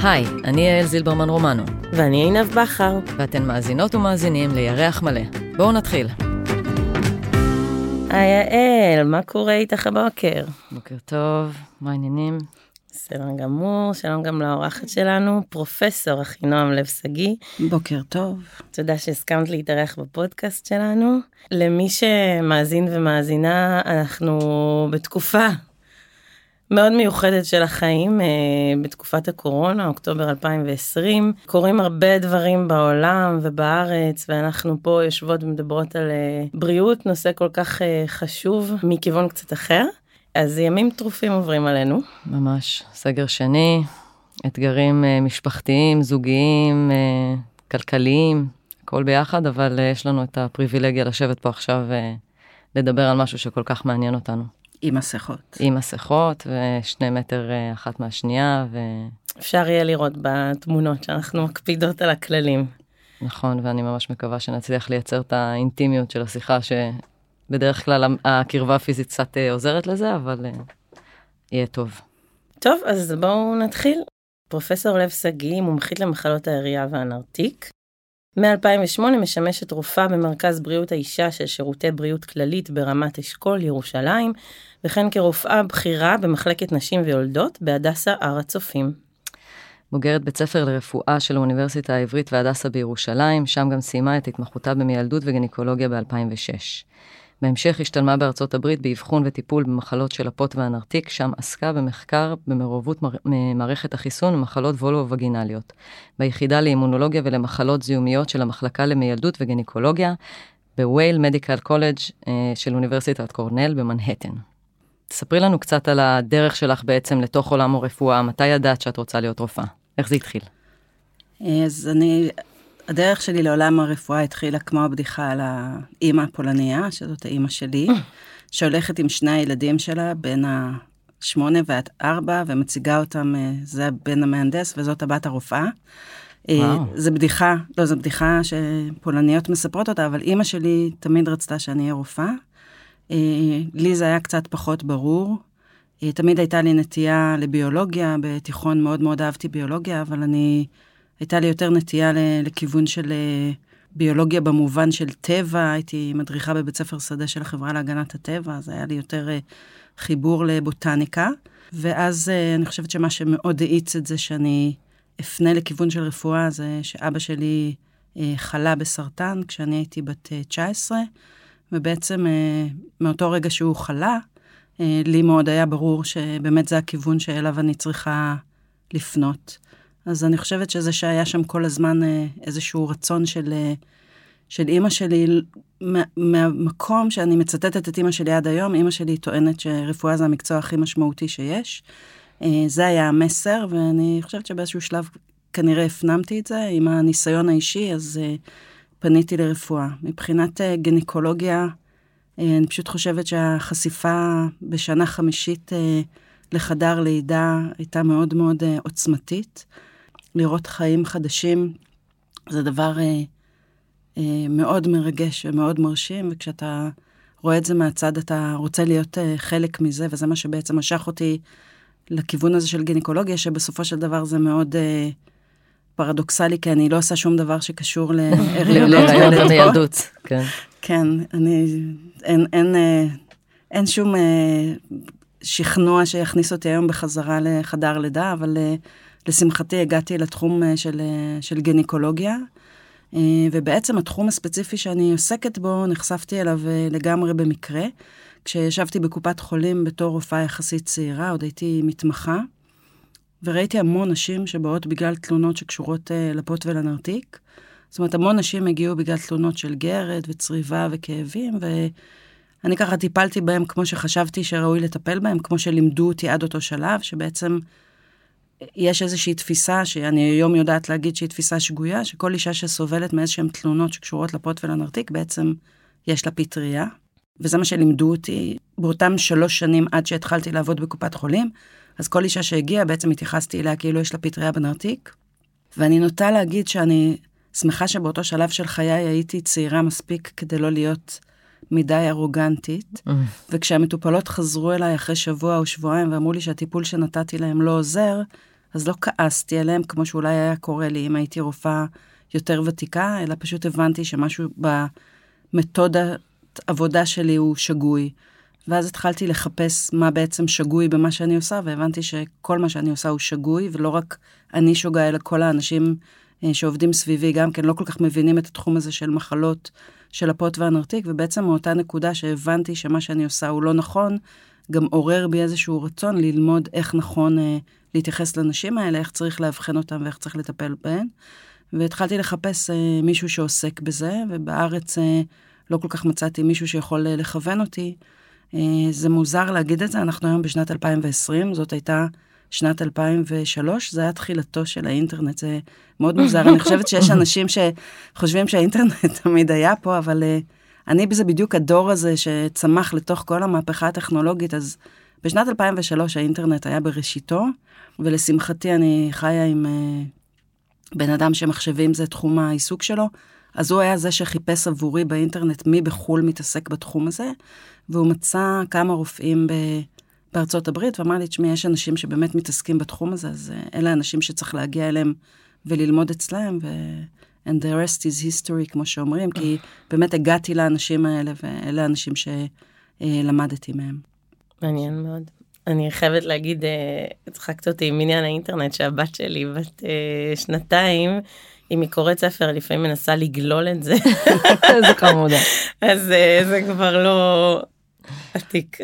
היי, אני יעל זילברמן רומנו. ואני עינב בחר. ואתן מאזינות ומאזינים לירח מלא. בואו נתחיל. היי יעל, מה קורה איתך הבוקר? בוקר טוב, מה העניינים? בסדר גמור, שלום גם לאורחת שלנו, פרופסור אחינועם לב שגיא. בוקר טוב. תודה שהסכמת להתארח בפודקאסט שלנו. למי שמאזין ומאזינה, אנחנו בתקופה מאוד מיוחדת של החיים, בתקופת הקורונה, אוקטובר 2020. קורים הרבה דברים בעולם ובארץ, ואנחנו פה יושבות ומדברות על בריאות, נושא כל כך חשוב, מכיוון קצת אחר. אז ימים טרופים עוברים עלינו. ממש, סגר שני, אתגרים משפחתיים, זוגיים, כלכליים, הכל ביחד, אבל יש לנו את הפריבילגיה לשבת פה עכשיו לדבר על משהו שכל כך מעניין אותנו. עם מסכות. עם מסכות, ו2 מטר אחת מהשנייה, אפשר יהיה לראות בתמונות שאנחנו מקפידות על הכללים. נכון, ואני ממש מקווה שנצליח לייצר את האינטימיות של השיחה, שבדרך כלל הקרבה הפיזית קצת עוזרת לזה, אבל יהיה טוב. טוב, אז בואו נתחיל. פרופסור לב שגיא, מומחית למחלות הערייה והנרתיק. מ-2008 משמשת רופאה במרכז בריאות האישה של שירותי בריאות כללית ברמת אשכול, ירושלים, וכן כרופאה בכירה במחלקת נשים ויולדות בהדסה הר הצופים. בוגרת בית ספר לרפואה של האוניברסיטה העברית והדסה בירושלים, שם גם סיימה את התמחותה במיילדות וגניקולוגיה ב-2006. בהמשך השתלמה בארצות הברית באבחון וטיפול במחלות של הפות והנרתיק, שם עסקה במחקר במעורבות מערכת החיסון ומחלות וולו-וגינליות, ביחידה לאימונולוגיה ולמחלות זיהומיות של המחלקה למיילדות וגניקולוגיה, בווייל מדיקל קולג' של אוניברסיטת קורנל במנהטן. תספרי לנו קצת על הדרך שלך בעצם לתוך עולם הרפואה, מתי ידעת שאת רוצה להיות רופאה? איך זה התחיל? אז הדרך שלי לעולם הרפואה התחילה כמו הבדיחה על האמא הפולניה, שזאת האמא שלי, שהולכת עם 2 הילדים שלה, בין 8 ועד 4, ומציגה אותם, זה בן המהנדס, וזאת הבת הרופאה. זה בדיחה, זו בדיחה שפולניות מספרות אותה, אבל אמא שלי תמיד רצתה שאני אהיה רופאה. לי זה היה קצת פחות ברור. תמיד הייתה לי נטייה לביולוגיה, בתיכון מאוד מאוד אהבתי ביולוגיה, אבל הייתה לי יותר נטייה לכיוון של ביולוגיה במובן של טבע, הייתי מדריכה בבית ספר שדה של החברה להגנת הטבע, אז היה לי יותר חיבור לבוטניקה, ואז אני חושבת שמה שמאוד האיץ את זה שאני אפנה לכיוון של רפואה, זה שאבא שלי חלה בסרטן כשאני הייתי בת 19, ובעצם מאותו רגע שהוא חלה, לי מאוד היה ברור שבאמת זה הכיוון שאליו אני צריכה לפנות. אז אני חושבת שזה שהיה שם כל הזמן איזשהו רצון של אמא שלי, מהמקום שאני מצטטת את אמא שלי עד היום, אמא שלי טוענת שרפואה זה המקצוע הכי משמעותי שיש. זה היה המסר, ואני חושבת שבאיזשהו שלב כנראה הפנמתי את זה, עם הניסיון האישי, אז פניתי לרפואה. מבחינת גניקולוגיה, אני פשוט חושבת שהחשיפה בשנה 5 לחדר לידה הייתה מאוד מאוד עוצמתית. לראות חיים חדשים זה דבר מאוד מרגש ומאוד מרשים, וכשאתה רואה את זה מהצד אתה רוצה להיות חלק מזה, וזה מה שבעצם משך אותי לכיוון הזה של גניקולוגיה, שבסופו של דבר זה מאוד פרדוקסלי, כי אני לא עושה שום דבר שקשור להיריון ומיילדות. כן, אין שום שכנוע שיכניס אותי היום בחזרה לחדר לידה, אבל לשמחתי הגעתי לתחום של גניקולוגיה, ובעצם התחום הספציפי שאני עוסקת בו, נחשפתי אליו לגמרי במקרה, כשישבתי בקופת חולים בתור רופאה יחסית צעירה, עוד הייתי מתמחה, וראיתי המון נשים שבאות בגלל תלונות שקשורות לפות ולנרתיק. זאת אומרת, המון נשים הגיעו בגלל תלונות של גרד וצריבה וכאבים, ואני ככה טיפלתי בהם כמו שחשבתי שראוי לטפל בהם, כמו שלימדו אותי עד אותו שלב, שבעצם יש איזושהי תפיסה, שאני היום יודעת להגיד שהיא תפיסה שגויה, שכל אישה שסובלת מאיזשהם תלונות שקשורות לפות ולנרתיק, בעצם יש לה פטריה, וזה מה שלימדו אותי באותם 3 שנים עד שהתחלתי לעבוד בקופת חולים, אז כל אישה שהגיעה בעצם התייחסתי אליה כאילו יש לה פטריה בנרתיק, ואני נוטה להגיד שאני שמחה שבאותו שלב של חיי הייתי צעירה מספיק כדי לא להיות מדי ארוגנטית, וכשהמטופלות חזרו אליי אחרי שבוע או שבועיים ואמרו לי שהטיפול שנתתי להם לא עוזר, אז לא כעסתי עליהם, כמו שאולי היה קורה לי אם הייתי רופאה יותר ותיקה, אלא פשוט הבנתי שמשהו במתודת עבודה שלי הוא שגוי. ואז התחלתי לחפש מה בעצם שגוי במה שאני עושה, והבנתי שכל מה שאני עושה הוא שגוי, ולא רק אני שוגה, אלא כל האנשים שעובדים סביבי, גם כן לא כל כך מבינים את התחום הזה של מחלות של הפוט והנרתיק, ובעצם מאותה נקודה שהבנתי שמה שאני עושה הוא לא נכון, גם עורר בי איזשהו רצון ללמוד איך נכון להתייחס לנשים האלה, איך צריך להבחן אותם ואיך צריך לטפל בהן. והתחלתי לחפש מישהו שעוסק בזה, ובארץ לא כל כך מצאתי מישהו שיכול לכוון אותי. זה מוזר להגיד את זה, אנחנו היום בשנת 2020, זאת הייתה שנת 2003, זה היה תחילתו של האינטרנט, זה מאוד מוזר. אני חושבת שיש אנשים שחושבים שהאינטרנט תמיד היה פה, אבל אני בזה בדיוק הדור הזה שצמח לתוך כל המהפכה הטכנולוגית, אז בשנת 2003 האינטרנט היה בראשיתו, ולשמחתי אני חיה עם בן אדם שמחשבים זה תחום העיסוק שלו, אז הוא היה זה שחיפש עבורי באינטרנט מי בחול מתעסק בתחום הזה, והוא מצא כמה רופאים בארצות הברית, ואמר לי, תשמעי, יש אנשים שבאמת מתעסקים בתחום הזה, אז אלה האנשים שצריך להגיע אליהם וללמוד אצלהם, and the rest is history, כמו שאומרים, כי באמת הגעתי לאנשים האלה, ואלה האנשים שלמדתי מהם. מעניין מאוד. אני חייבת להגיד, הצחקת אותי עם עניין האינטרנט, שהבת שלי בת 2, אם היא קוראת ספר, לפעמים מנסה לגלול את זה. איזה חמודה. אז זה כבר לא עתיק.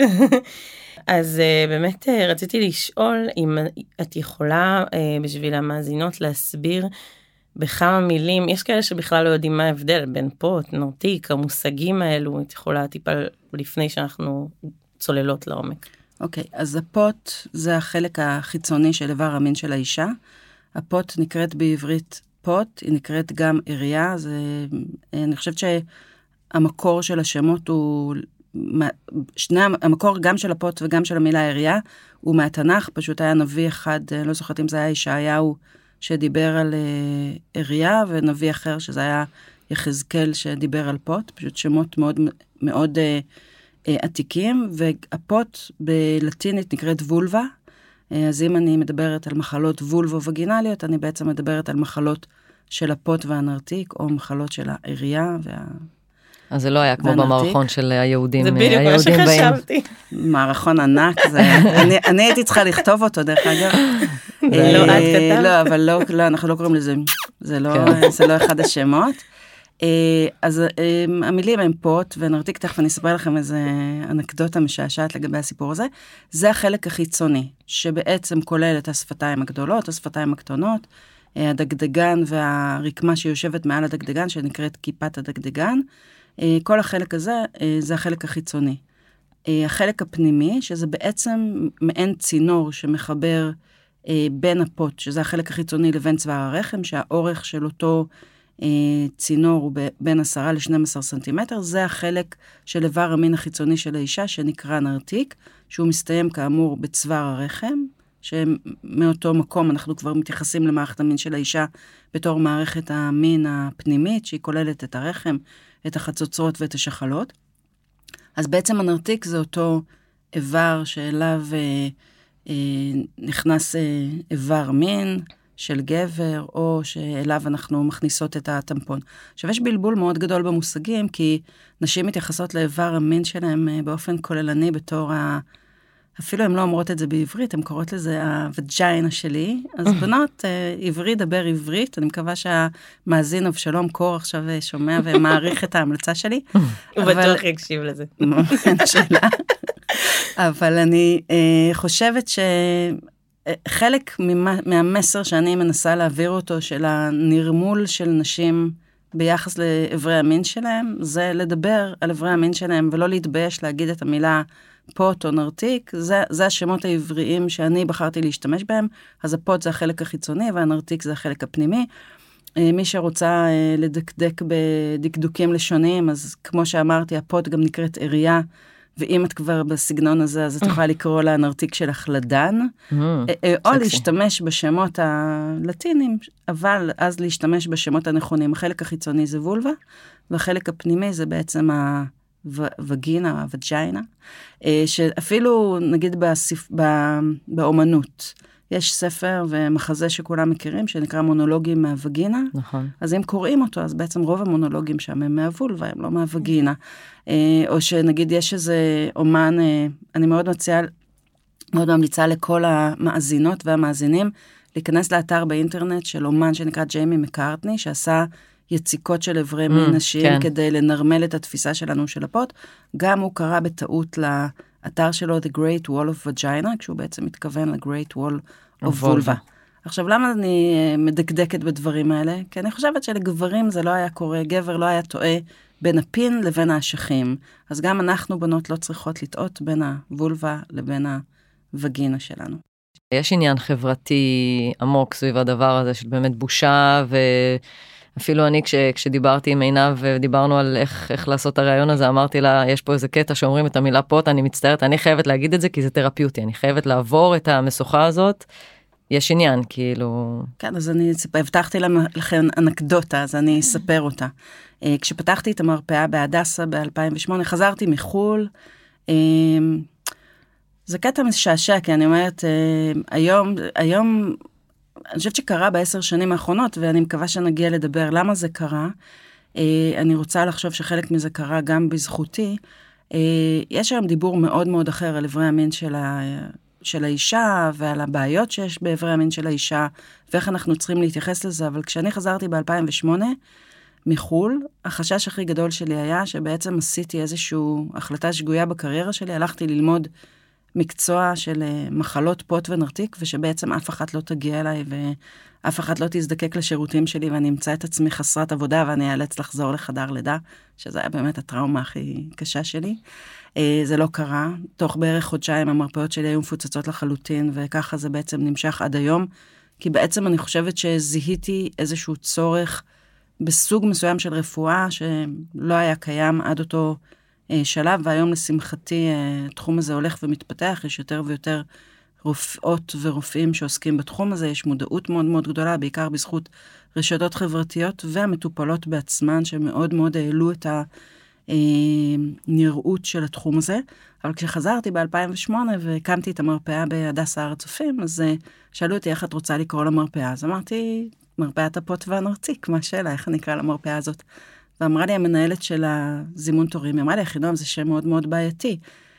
אז באמת רציתי לשאול אם את יכולה בשביל המאזינות להסביר בכמה מילים, יש כאלה שבכלל לא יודעים מה ההבדל בין פוט, נרתיק, המושגים האלו, את יכולה טיפה לפני שאנחנו צוללות לעומק. אוקיי, אז הפוט זה החלק החיצוני של איבר המין של האישה. הפוט נקראת בעברית פוט, היא נקראת גם עריה, אני חושבת שהמקור של השמות הוא, המקור גם של הפוט וגם של המילה עריה, הוא מהתנ"ך, פשוט היה נביא אחד, לא זוכרת אם זה היה ישעיהו, שדיבר על עריה, ונביא אחר שזה היה יחזקאל שדיבר על פוט, פשוט שמות מאוד מאוד עתיקים, והפוט בלטינית נקראת וולבה, אז אם אני מדברת על מחלות וולבו-וגינליות, אני בעצם מדברת על מחלות של הפוט והנרתיק, או מחלות של העריה אז זה לא היה כמו במערכון של היהודים. זה בדיוק מה שחשבתי. מערכון ענק, אני הייתי צריכה לכתוב אותו דרך אגב. לא, את כתב. לא, אבל לא, אנחנו לא קוראים לזה, זה לא אחד השמות. אז המילים הם פוט ונרתיק, תכף אני אספר לכם איזה אנקדוטה משעשעת לגבי הסיפור הזה. זה החלק החיצוני, שבעצם כולל את השפתיים הגדולות, השפתיים הקטנות, הדגדגן והרקמה שיושבת מעל הדגדגן, שנקראת כיפת הדגדגן. כל החלק הזה, זה החלק החיצוני. החלק הפנימי, שזה בעצם מעין צינור שמחבר בין הפוט, שזה החלק החיצוני לבין צוואר הרחם, שהאורך של אותו צינור הוא בין 10 ל-12 סנטימטר, זה החלק של איבר המין החיצוני של האישה, שנקרא נרתיק, שהוא מסתיים כאמור בצוואר הרחם, שמאותו מקום אנחנו כבר מתייחסים למערכת המין של האישה, בתור מערכת המין הפנימית, שהיא כוללת את הרחם, את החצוצרות ואת השחלות. אז בעצם הנרתיק זה אותו איבר שאליו נכנס איבר מין, של גבר, או שאליו אנחנו מכניסות את הטמפון. עכשיו, יש בלבול מאוד גדול במושגים, כי נשים מתייחסות לאיבר המין שלהם באופן כוללני בתור אפילו הן לא אומרות את זה בעברית, הן קוראות לזה הווג'יינה שלי. אז בנות, עברית, דבר עברית. אני מקווה שהמאזין אבשלום קור עכשיו שומע ומעריך את ההמלצה שלי. הוא בטוח יקשיב לזה. אין שאלה. אבל אני חושבת חלק מהמסר שאני מנסה להעביר אותו, של הנרמול של נשים ביחס לאיברי המין שלהם, זה לדבר על איברי המין שלהם, ולא להתבייש להגיד את המילה פוט או נרתיק. זה השמות העבריים שאני בחרתי להשתמש בהם. אז הפוט זה החלק החיצוני, והנרתיק זה החלק הפנימי. מי שרוצה לדקדק בדקדוקים לשוניים, אז כמו שאמרתי, הפוט גם נקראת עריה, ואם את כבר בסגנון הזה, אז את יכולה לקרוא לה נרתיק של החלדן, או להשתמש בשמות הלטינים, אבל אז להשתמש בשמות הנכונים. החלק החיצוני זה וולבה, והחלק הפנימי זה בעצם הווגינה, הווג'יינה, שאפילו נגיד באומנות, יש ספר ומחזה שכולם מכירים, שנקרא מונולוגים מהווגינה. נכון. אז אם קוראים אותו, אז בעצם רוב המונולוגים שם הם מהוולווה, הם לא מהווגינה. או שנגיד יש איזה אומן, אני מאוד ממליצה לכל המאזינות והמאזינים, להיכנס לאתר באינטרנט של אומן שנקרא ג'יימי מקארטני, שעשה יציקות של אברי מין נשיים, כן. כדי לנרמל את התפיסה שלנו של הפות. גם הוא קרא בטעות לאתר שלו, The Great Wall of Vagina, כשהוא בעצם מתכוון ל-Great Wall of Vulva. עכשיו, למה אני מדקדקת בדברים האלה? כי אני חושבת שלגברים זה לא היה קורה, גבר לא היה טועה בין הפין לבין האשכים. אז גם אנחנו, בנות, לא צריכות לטעות בין הוולבה לבין הווגינה שלנו. יש עניין חברתי עמוק סביב הדבר הזה, של באמת בושה, ואפילו אני כשדיברתי עם עינב ודיברנו על איך לעשות את הרעיון הזה, אמרתי לה, יש פה איזה קטע שאומרים את המילה פוט, אני מצטערת, אני חייבת להגיד את זה, כי זה תרפיוטי, אני חייבת לעבור את המשוכה הזאת, יש עניין, כאילו... כן, אז אני הבטחתי לכם אנקדוטה, אז אני אספר אותה. כשפתחתי את המרפאה בהדסה ב-2008, חזרתי מחול, זה קטע משעשע, כי אני אומרת, היום, אני חושבת שקרה ב10 שנים האחרונות, ואני מקווה שנגיע לדבר למה זה קרה. אני רוצה לחשוב שחלק מזה קרה גם בזכותי. יש היום דיבור מאוד מאוד אחר על עברי המין של האישה, ועל הבעיות שיש בעברי המין של האישה, ואיך אנחנו צריכים להתייחס לזה. אבל כשאני חזרתי ב-2008 מחול, החשש הכי גדול שלי היה שבעצם עשיתי איזושהי החלטה שגויה בקריירה שלי, הלכתי ללמוד מקצוע של מחלות פוט ונרתיק, ושבעצם אף אחת לא תגיע אליי, ואף אחת לא תזדקק לשירותים שלי, ואני אמצא את עצמי חסרת עבודה, ואני אאלץ לחזור לחדר לידה, שזה היה באמת הטראומה הכי קשה שלי. זה לא קרה. תוך בערך חודשיים המרפאות שלי היו מפוצצות לחלוטין, וככה זה בעצם נמשך עד היום, כי בעצם אני חושבת שזיהיתי איזשהו צורך בסוג מסוים של רפואה, שלא היה קיים עד אותו שלב, והיום לשמחתי התחום הזה הולך ומתפתח, יש יותר ויותר רופאות ורופאים שעוסקים בתחום הזה, יש מודעות מאוד מאוד גדולה, בעיקר בזכות רשתות חברתיות והמטופלות בעצמן, שמאוד מאוד העלו את הנראות של התחום הזה. אבל כשחזרתי ב-2008 והקמתי את המרפאה בהדסה הר הצופים, אז שאלו אותי איך את רוצה לקרוא למרפאה, אז אמרתי, מרפאת הפוט והנרתיק, מה השאלה, איך אני אקרא למרפאה הזאת? ואמרה לי המנהלת של הזימון תורים, אמרה לי, חינום, זה שם מאוד מאוד בעייתי.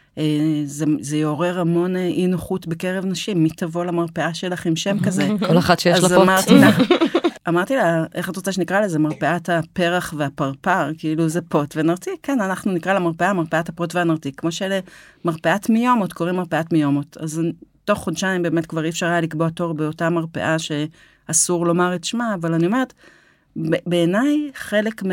זה יעורר המון אי נוחות בקרב נשים, מי תבוא למרפאה שלך עם שם כזה? כל אחת שיש לה פוט. אמרתי לה, איך את רוצה שנקרא לזה? מרפאת הפרח והפרפר, כאילו זה פוט ונרתיק. כן, אנחנו נקרא למרפאה, מרפאת הפוט והנרתיק, כמו שלמרפאת מיומות, קוראים מרפאת מיומות. אז תוך חודשיים באמת כבר אי אפשר היה לקבוע תור באותה מרפאה שאסור לומר את שמה, אבל אני אומרת, בעיניי חלק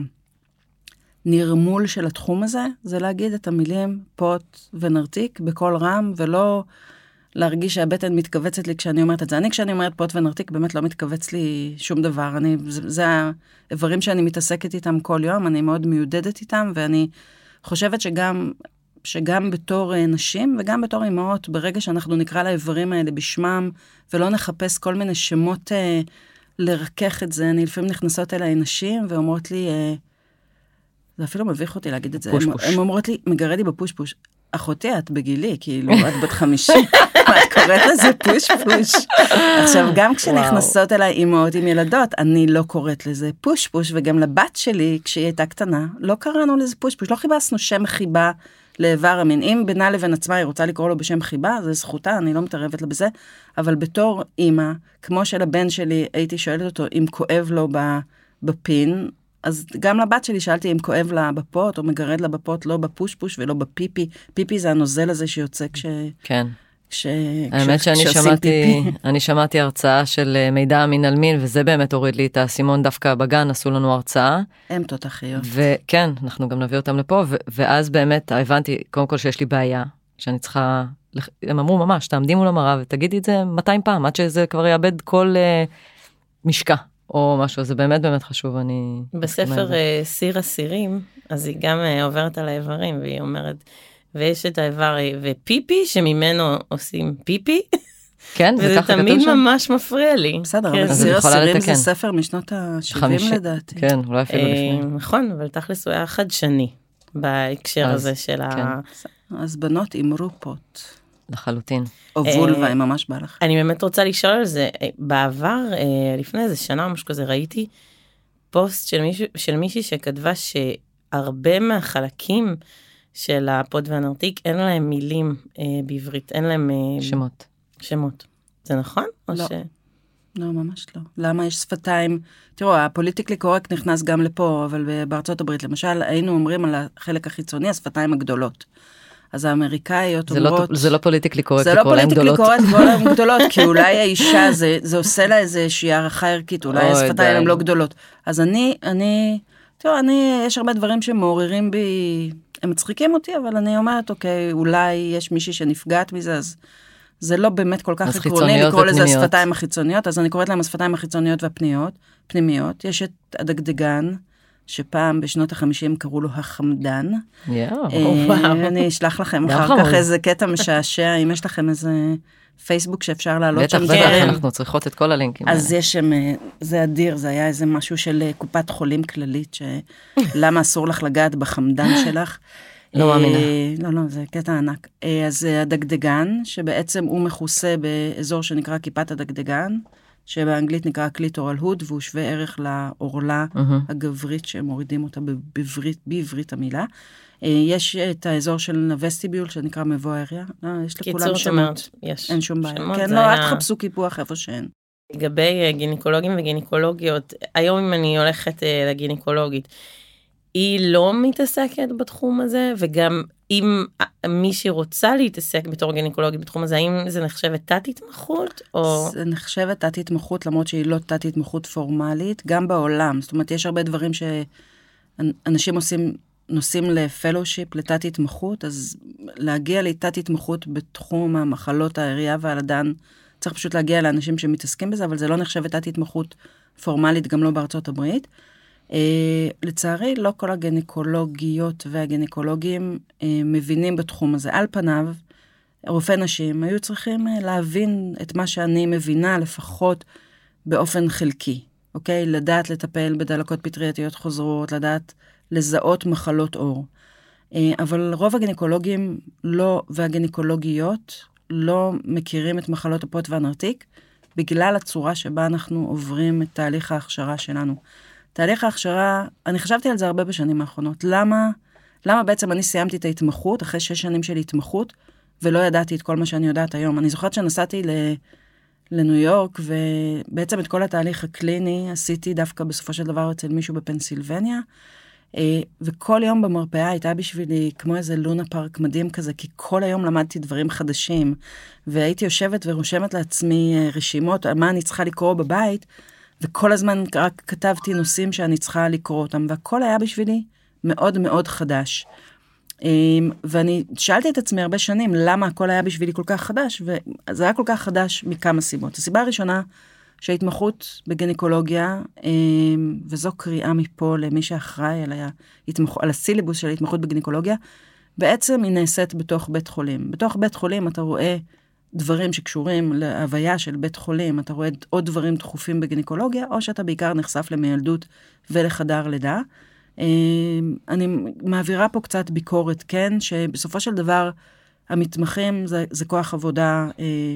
מהנרמול של התחום הזה, זה להגיד את המילים פוט ונרתיק בכל רם, ולא להרגיש שהבטן מתכווצת לי כשאני אומרת את זה. אני כשאני אומרת פוט ונרתיק, באמת לא מתכווץ לי שום דבר. זה האיברים שאני מתעסקת איתם כל יום, אני מאוד מיודדת איתם, ואני חושבת שגם בתור נשים וגם בתור אמהות, ברגע שאנחנו נקרא לאיברים האלה בשמם, ולא נחפש כל מיני שמות לרכך את זה, אני לפעמים נכנסות אליי נשים ואומרות לי, זה אפילו מביך אותי להגיד את זה, הן אומרות לי, מגרד לי בפוש-פוש, אחותי, את בגילי, כאילו, את בת 50, את קוראת לזה פוש-פוש. עכשיו, גם כשנכנסות אליי אימהות עם ילדות, אני לא קוראת לזה פוש-פוש, וגם לבת שלי, כשהיא הייתה קטנה, לא קראנו לזה פוש-פוש, לא חיבסנו שם חיבה לאיבר המין. אם בינה לבין עצמה היא רוצה לקרוא לו בשם חיבה, זה זכותה, אני לא מתערבת לה בזה, אבל בתור אימא, כמו שלבן שלי, הייתי שואלת אותו אם כואב לו בפין, אז גם לבת שלי שאלתי אם כואב לה בפוט, או מגרד לה בפוט, לא בפוש-פוש ולא בפיפי. פיפי זה הנוזל הזה שיוצא כן. האמת שאני שמעתי הרצאה של מידע מין על מין, וזה באמת הוריד לי את הסימון דווקא בגן, עשו לנו הרצאה. הם תותחיות. וכן, אנחנו גם נביא אותם לפה, ואז באמת הבנתי, קודם כל שיש לי בעיה, שאני צריכה, הם אמרו ממש, תעמדי מול המראה ותגידי את זה 200 פעם, עד שזה כבר יאבד כל משקע. או משהו, זה באמת באמת חשוב, אני... בספר סיר הסירים, אז היא גם עוברת על האיברים, והיא אומרת, ויש את האיבר ופיפי, שממנו עושים פיפי, כן, וזה תמיד ממש מפריע לי. בסדר, אבל סיר הסירים זה ספר משנות ה-70 לדעתי. כן, אולי אפילו לפני. נכון, אבל תכלס הוא היה חדשני, בהקשר הזה של ה... אז בנות אמרו פוט. לחלוטין. או וולבה, היא ממש בא לך. אני באמת רוצה לשאול על זה, בעבר, לפני איזה שנה או משהו כזה, ראיתי פוסט של מישהי שכתבה שהרבה מהחלקים של הפוד והנרתיק, אין להם מילים בעברית, אין להם שמות. זה נכון? לא. לא, ממש לא. למה יש שפתיים? תראו, הפוליטיקלי קורקט נכנס גם לפה, אבל בארצות הברית, למשל, היינו אומרים על החלק החיצוני, השפתיים הגדולות. אז האמריקאיות אומרות... זה לא פוליטיקלי קורקט, זה לא פוליטיקלי קורקט, לקרוא להם גדולות, כי אולי האישה, זה עושה לה איזושהי הערכה ערכית, אולי השפתיים הן לא גדולות. אז תראו, יש הרבה דברים שמעוררים בי, הם מצחיקים אותי, אבל אני אומרת, אוקיי, אולי יש מישהי שנפגעת מזה, אז זה לא באמת כל כך עקרוני לקרוא לזה השפתיים החיצוניות, אז אני קוראת להם השפתיים החיצוניות והפנימיות. יש את הדגדגן, שפעם בשנות ה-50 קראו לו החמדן. אני אשלח לכם אחר כך איזה קטע משעשע, אם יש לכם איזה פייסבוק שאפשר לעלות שם. בטח, אנחנו צריכות את כל הלינקים. אז יש שם, זה אדיר, זה היה איזה משהו של קופת חולים כללית, למה אסור לך לגעת בחמדן שלך. לא מאמינה. לא, זה קטע ענק. אז הדגדגן, שבעצם הוא מכוסה באזור שנקרא כיפת הדגדגן, שבאנגלית נקרא קליטורל הוד, והוא שווה ערך לעורלה הגברית, שמורידים אותה בעברית המילה. יש את האזור של הווסטיביול, שנקרא מבוא העירייה. יש לכולם שמות. אין שום בעיה. כן, לא, אל תחפשו קיפוח איפה שאין. לגבי גינקולוגים וגינקולוגיות, היום אם אני הולכת לגינקולוגית, היא לא מתעסקת בתחום הזה, וגם אם מישהי רוצה להתעסק בתור גינקולוגית בתחום הזה, האם זה נחשבת תת-התמחות? או... זה נחשבת תת-התמחות, למרות שהיא לא תת-התמחות פורמלית, גם בעולם. זאת אומרת, יש הרבה דברים שאנשים נוסעים לפלושיפ, לתת-התמחות, אז להגיע לתת-התמחות בתחום המחלות העירייה והילדן, צריך פשוט להגיע לאנשים שמתעסקים בזה, אבל זה לא נחשבת תת-התמחות פורמלית, גם לא בארצות הברית. לצערי, לא כל הגינקולוגיות והגינקולוגים מבינים בתחום הזה. על פניו, רופאי נשים היו צריכים להבין את מה שאני מבינה, לפחות באופן חלקי. אוקיי? לדעת לטפל בדלקות פטרייתיות חוזרות, לדעת לזהות מחלות עור. אבל רוב הגינקולוגים והגינקולוגיות לא מכירים את מחלות הפות והנרתיק, בגלל הצורה שבה אנחנו עוברים את תהליך ההכשרה שלנו. תהליך ההכשרה, אני חשבתי על זה הרבה בשנים האחרונות. למה בעצם אני סיימתי את ההתמחות, אחרי 6 שנים של התמחות, ולא ידעתי את כל מה שאני יודעת היום. אני זוכרת שנסעתי לניו יורק, ובעצם את כל התהליך הקליני עשיתי דווקא בסופו של דבר אצל מישהו בפנסילבניה, וכל יום במרפאה הייתה בשבילי כמו איזה לונה פארק מדהים כזה, כי כל היום למדתי דברים חדשים, והייתי יושבת ורושמת לעצמי רשימות על מה אני צריכה לקרוא בבית, וכל הזמן רק כתבתי נושאים שאני צריכה לקרוא אותם, והכל היה בשבילי מאוד מאוד חדש. ואני שאלתי את עצמי הרבה שנים, למה הכל היה בשבילי כל כך חדש, וזה היה כל כך חדש מכמה סיבות. הסיבה הראשונה, שההתמחות בגינקולוגיה, וזו קריאה מפה למי שאחראי על הסילבוס של ההתמחות בגינקולוגיה, בעצם היא נעשית בתוך בית חולים. בתוך בית חולים אתה רואה דברים שקשורים להוויה של בית חולים, אתה רואה עוד דברים דחופים בגינקולוגיה, או שאתה בעיקר נחשף למיילדות ולחדר לידה. אני מעבירה פה קצת ביקורת, כן, שבסופו של דבר המתמחים זה כוח עבודה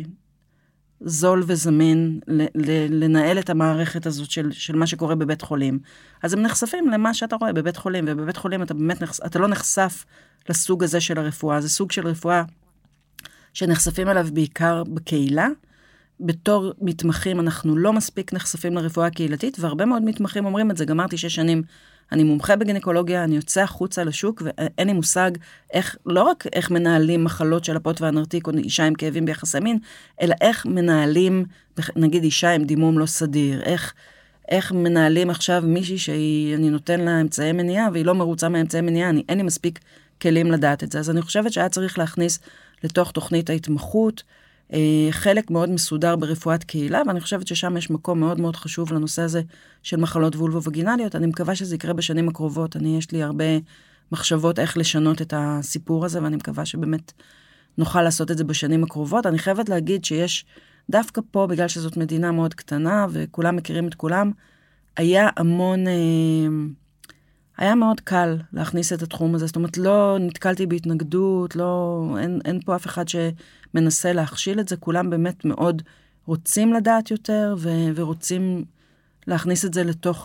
זול וזמין לנהל את המערכת הזאת של מה שקורה בבית חולים. אז הם נחשפים למה שאתה רואה בבית חולים, ובבית חולים אתה לא נחשף לסוג הזה של הרפואה. זה סוג של רפואה שנחשפים אליו בעיקר בקהילה. בתור מתמחים אנחנו לא מספיק נחשפים לרפואה הקהילתית, והרבה מאוד מתמחים אומרים את זה. גמרתי 6 שנים, אני מומחה בגינקולוגיה, אני יוצא החוצה לשוק, ואין לי מושג לא רק איך מנהלים מחלות של הפות והנרתיק, או אישה עם כאבים ביחסי מין, אלא איך מנהלים, נגיד אישה עם דימום לא סדיר, איך מנהלים עכשיו מישהי שאני נותן לה אמצעי מניעה, והיא לא מרוצה מאמצעי מניעה, אין לי מספיק כלים לדעת את זה. אז אני חושבת שהיה צריך להכניס לתוך תוכנית ההתמחות, חלק מאוד מסודר ברפואת קהילה, ואני חושבת ששם יש מקום מאוד מאוד חשוב לנושא הזה של מחלות וולבו-וגינליות. אני מקווה שזה יקרה בשנים הקרובות. יש לי הרבה מחשבות איך לשנות את הסיפור הזה, ואני מקווה שבאמת נוכל לעשות את זה בשנים הקרובות. אני חייבת להגיד שיש דווקא פה, בגלל שזאת מדינה מאוד קטנה, וכולם מכירים את כולם, היה היה מאוד קל להכניס את התחום הזה, זאת אומרת, לא נתקלתי בהתנגדות, אין פה אף אחד שמנסה להכשיל את זה, כולם באמת מאוד רוצים לדעת יותר, ורוצים להכניס את זה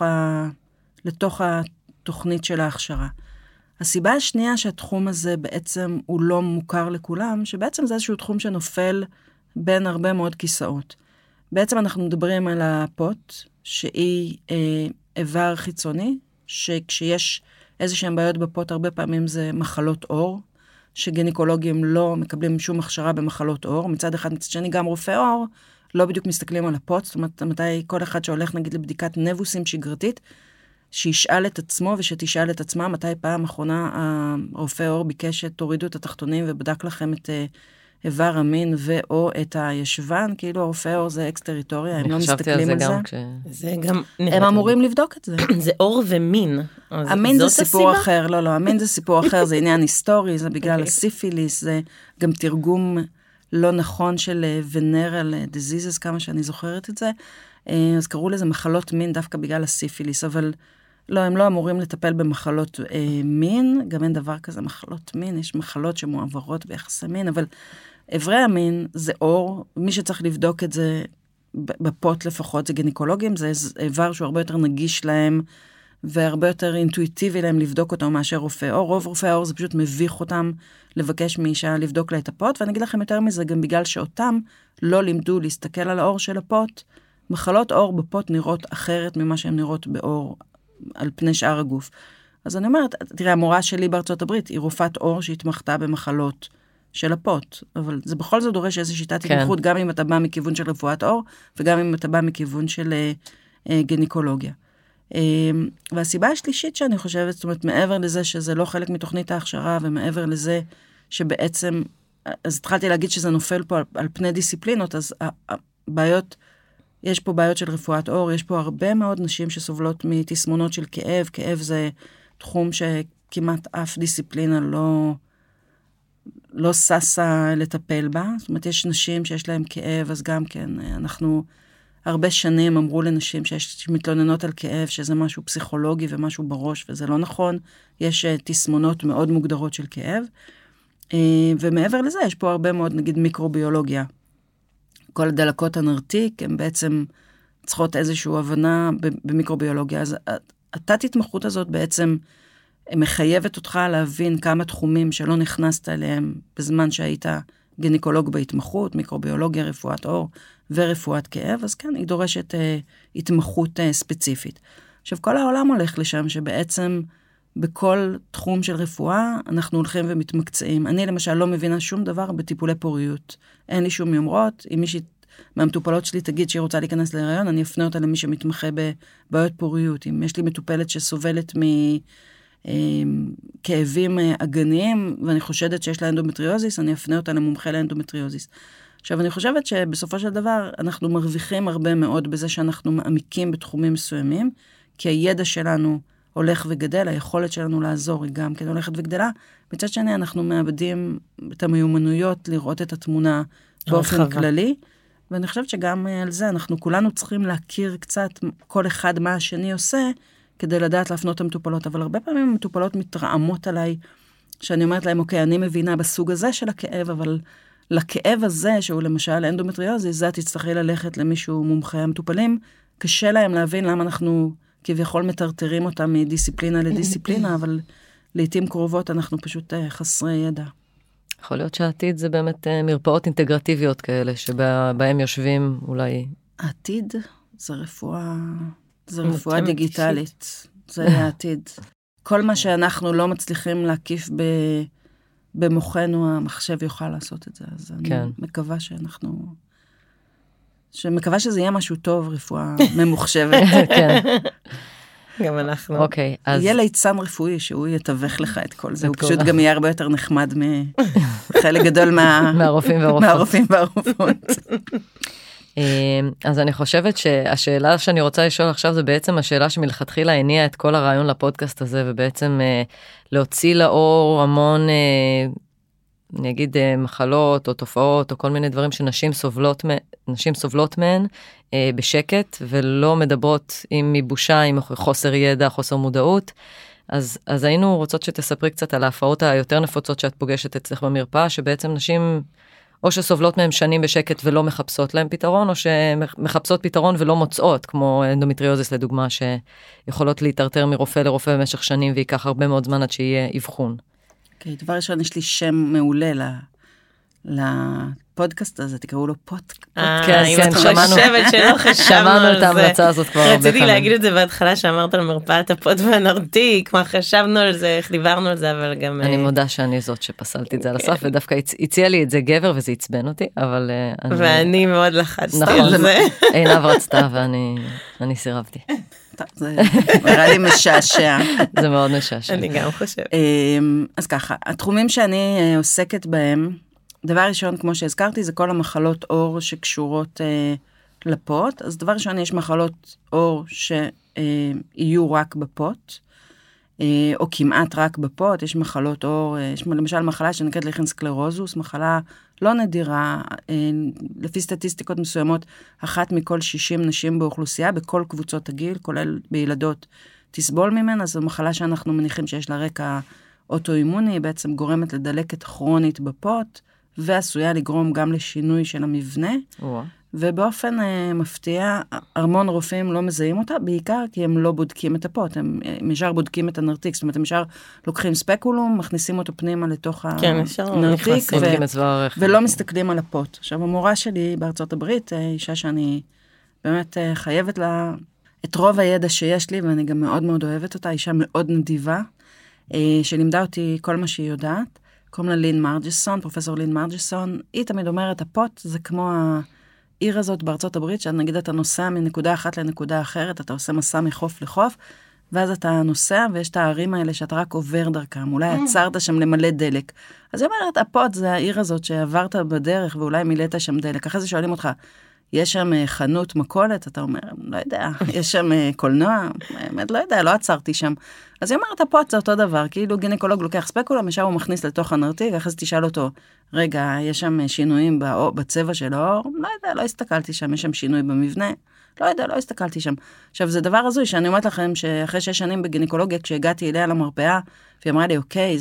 לתוך התוכנית של ההכשרה. הסיבה השנייה שהתחום הזה בעצם הוא לא מוכר לכולם, שבעצם זה איזשהו תחום שנופל בין הרבה מאוד כיסאות. בעצם אנחנו מדברים על הפוט, שהיא איבר חיצוני, שכשיש איזשהם בעיות בפוט, הרבה פעמים זה מחלות עור, שגניקולוגים לא מקבלים שום הכשרה במחלות עור. מצד אחד, מצד שני, גם רופאי עור לא בדיוק מסתכלים על הפוט, זאת אומרת, מתי כל אחד שהולך נגיד לבדיקת נבוסים שגרתית, שישאל את עצמו ושתשאל את עצמה, מתי פעם אחרונה הרופא עור ביקש שתורידו את התחתונים ובדק לכם את איבר המין או את הישבן, כאילו הרופא עור זה אקס-טריטוריה, הם לא מסתכלים על זה. זה גם... הם אמורים לבדוק את זה. זה עור ומין. המין זה סיפור אחר, לא, המין זה סיפור אחר, זה עניין היסטורי, זה בגלל הסיפיליס, זה גם תרגום לא נכון של ונרל דיזיזס, כמה שאני זוכרת את זה, אז קראו לזה מחלות מין דווקא בגלל הסיפיליס, אבל לא, הם לא אמורים לטפל במחלות מין, גם אין דבר כזה מחלות מין, יש מחלות שמועברות ביחסי מין, אבל איברי המין זה עור, מי שצריך לבדוק את זה בפוט לפחות זה גניקולוגים, זה איבר שהוא הרבה יותר נגיש להם, והרבה יותר אינטואיטיבי להם לבדוק אותו מאשר רופא עור. רוב רופאי העור זה פשוט מביך אותם לבקש מאישה לבדוק לה את הפוט, ואני אגיד לכם יותר מזה, גם בגלל שאותם לא לימדו להסתכל על העור של הפוט, מחלות עור בפוט נראות אחרת ממה שהן נראות בעור על פני שאר הגוף. אז אני אומרת, תראה, המורה שלי בארצות הברית היא רופאת עור שהתמחתה במחלות של הפוט, אבל זה בכל זאת דורש איזו שיטת התמחות, גם אם אתה בא מכיוון של רפואת עור, וגם אם אתה בא מכיוון של גניקולוגיה. והסיבה השלישית שאני חושבת, זאת אומרת, מעבר לזה שזה לא חלק מתוכנית ההכשרה, ומעבר לזה שבעצם, אז התחלתי להגיד שזה נופל פה על פני דיסציפלינות, אז הבעיות, יש פה בעיות של רפואת עור, יש פה הרבה מאוד נשים שסובלות מתסמונות של כאב, כאב זה תחום שכמעט אף דיסציפלינה לא ססה לטפל בה, זאת אומרת, יש נשים שיש להן כאב, אז גם כן, אנחנו הרבה שנים אמרו לנשים שמתלוננות על כאב, שזה משהו פסיכולוגי ומשהו בראש, וזה לא נכון, יש תסמונות מאוד מוגדרות של כאב, ומעבר לזה, יש פה הרבה מאוד, נגיד, מיקרוביולוגיה. כל הדלקות הנרתיק, הן בעצם צריכות איזושהי הבנה במיקרוביולוגיה, אז התת-התמחות הזאת בעצם מחייבת אותך להבין כמה תחומים שלא נכנסת אליהם בזמן שהיית גניקולוג בהתמחות, מיקרוביולוגיה, רפואת עור ורפואת כאב, אז כן, היא דורשת התמחות ספציפית. עכשיו, כל העולם הולך לשם שבעצם בכל תחום של רפואה אנחנו הולכים ומתמקצעים. אני למשל לא מבינה שום דבר בטיפולי פוריות. אין לי שום יומרות. אם מישהי מהמטופלות שלי תגיד שהיא רוצה להיכנס להיריון, אני אפנה אותה למי שמתמחה בבעיות פוריות. אם יש לי מטופלת שסובלת מכאבים אגניים, ואני חושדת שיש לה אנדומטריוזיס, אני אפנה אותה למומחה לאנדומטריוזיס. עכשיו, אני חושבת שבסופו של דבר אנחנו מרוויחים הרבה מאוד בזה שאנחנו מעמיקים בתחומים מסוימים, כי הידע שלנו הולך וגדל, היכולת שלנו לעזור היא גם כן הולכת וגדלה. מצד שני, אנחנו מאבדים את המיומנויות לראות את התמונה באופן כללי, ואני חושבת שגם על זה אנחנו כולנו צריכים להכיר קצת כל אחד מה השני עושה, כדי לדעת להפנות את המטופלות, אבל הרבה פעמים המטופלות מתרעמות עליי, שאני אומרת להם, אוקיי, אני מבינה בסוג הזה של הכאב, אבל לכאב הזה, שהוא למשל אנדומטריוזיס, זה תצטרכי ללכת למישהו מומחה המטופלים, קשה להם להבין למה אנחנו כביכול מטרטרים אותם מדיסציפלינה לדיסציפלינה, אבל לעתים קרובות אנחנו פשוט חסרי ידע. יכול להיות שהעתיד זה באמת מרפאות אינטגרטיביות כאלה, שבהם יושבים אולי... העתיד זה רפואה דיגיטלית. זה העתיד. כל מה שאנחנו לא מצליחים להקיף במוחנו, המחשב יוכל לעשות את זה. אז אני מקווה שמקווה שזה יהיה משהו טוב, רפואה ממוחשבת. כן. גם אנחנו. אוקיי, אז... יהיה ליצן רפואי שהוא יתווך לך את כל זה, הוא פשוט גם יהיה הרבה יותר נחמד מחלק גדול מהרופאים והרופאות. אז אני חושבת שהשאלה שאני רוצה לשאול עכשיו זה בעצם השאלה שמלכתחילה הניעה את כל הרעיון לפודקאסט הזה, ובעצם להוציא לאור המון, נגיד, מחלות או תופעות או כל מיני דברים שנשים סובלות מהן בשקט ולא מדברות עם מבושה, עם חוסר ידע, חוסר מודעות. אז היינו רוצות שתספרי קצת על ההפרעות היותר נפוצות שאת פוגשת אצלך במרפאה, שבעצם נשים או שסובלות מהם שנים בשקט ולא מחפשות להם פתרון, או שמחפשות פתרון ולא מוצאות, כמו אנדומטריוזיס לדוגמה, שיכולות להתארטר מרופא לרופא במשך שנים, ויקח הרבה מאוד זמן עד שיהיה אבחון. אוקיי, דבר ראשון, יש לי שם מעולה לפודקאסט הזה, תקראו לו פודקאסט. כן, שמענו את ההמלצה הזאת כבר הרבה פעמים. רציתי להגיד את זה בהתחלה שאמרת על מרפאת הפוד והנרתיק, מה חשבנו על זה, איך דיברנו על זה, אבל גם... אני מודה שאני זאת שפסלתי את זה על הסף, ודווקא הציע לי את זה גבר, וזה עצבן אותי, אבל... ואני מאוד לחצתי על זה. עינב רצתה, ואני סירבתי. זה נראה לי משעשע. זה מאוד משעשע. אני גם חושבת. אז ככה, התחומים שאני עוסקת בהם, דבר ראשון, כמו שהזכרתי, זה כל המחלות עור שקשורות לפוט. אז דבר ראשון, יש מחלות עור שיהיו רק בפוט, או כמעט רק בפוט. יש מחלות עור, יש למשל מחלה שנקראת ליכטנשטלרוזוס, מחלה לא נדירה, לפי סטטיסטיקות מסוימות, 1 מכל 60 נשים באוכלוסייה, בכל קבוצות הגיל, כולל בילדות, תסבול ממנה. זו מחלה שאנחנו מניחים שיש לה רקע אוטואימוני, היא בעצם גורמת לדלקת כרונית בפוט, ועשויה לגרום גם לשינוי של המבנה, ובאופן מפתיע, המון רופאים לא מזהים אותה, בעיקר כי הם לא בודקים את הפוט, הם ישר בודקים את הנרתיק, זאת אומרת, הם ישר לוקחים ספקולום, מכניסים אותו פנימה לתוך הנרתיק, ולא מסתכלים על הפוט. עכשיו, המורה שלי בארצות הברית, אישה שאני באמת חייבת לה את רוב הידע שיש לי, ואני גם מאוד מאוד אוהבת אותה, אישה מאוד נדיבה, שלימדה אותי כל מה שהיא יודעת, קוראים לה לין מרג'סון, פרופסור לין מרג'סון, היא תמיד אומרת, הפוט זה כמו העיר הזאת בארצות הברית, שנגיד אתה נוסע מנקודה אחת לנקודה אחרת, אתה עושה מסע מחוף לחוף, ואז אתה נוסע, ויש את הערים האלה שאתה רק עובר דרכם, אולי עצרת שם למלא דלק. אז היא אומרת, הפוט זה העיר הזאת שעברת בדרך, ואולי מילאת שם דלק. אחרי זה שואלים אותך, יש שם חנות מכולת, אתה אומר, לא יודע, יש שם קולנוע, באמת לא יודע, לא עצרתי שם. אז היא אומרת, הפוט זה אותו דבר, כאילו גינקולוג לוקח ספקולה, משם הוא מכניס לתוך הנרתיק, אחרי זה תשאל אותו, רגע, יש שם שינויים בצבע של האור? לא יודע, לא הסתכלתי שם, יש שם שינוי במבנה? לא יודע, לא הסתכלתי שם. עכשיו, זה דבר הזוי, שאני אומרת לכם, שאחרי 6 שנים בגינקולוגיה, כשהגעתי אליה למרפאה, והיא אמרה לי, אוקיי,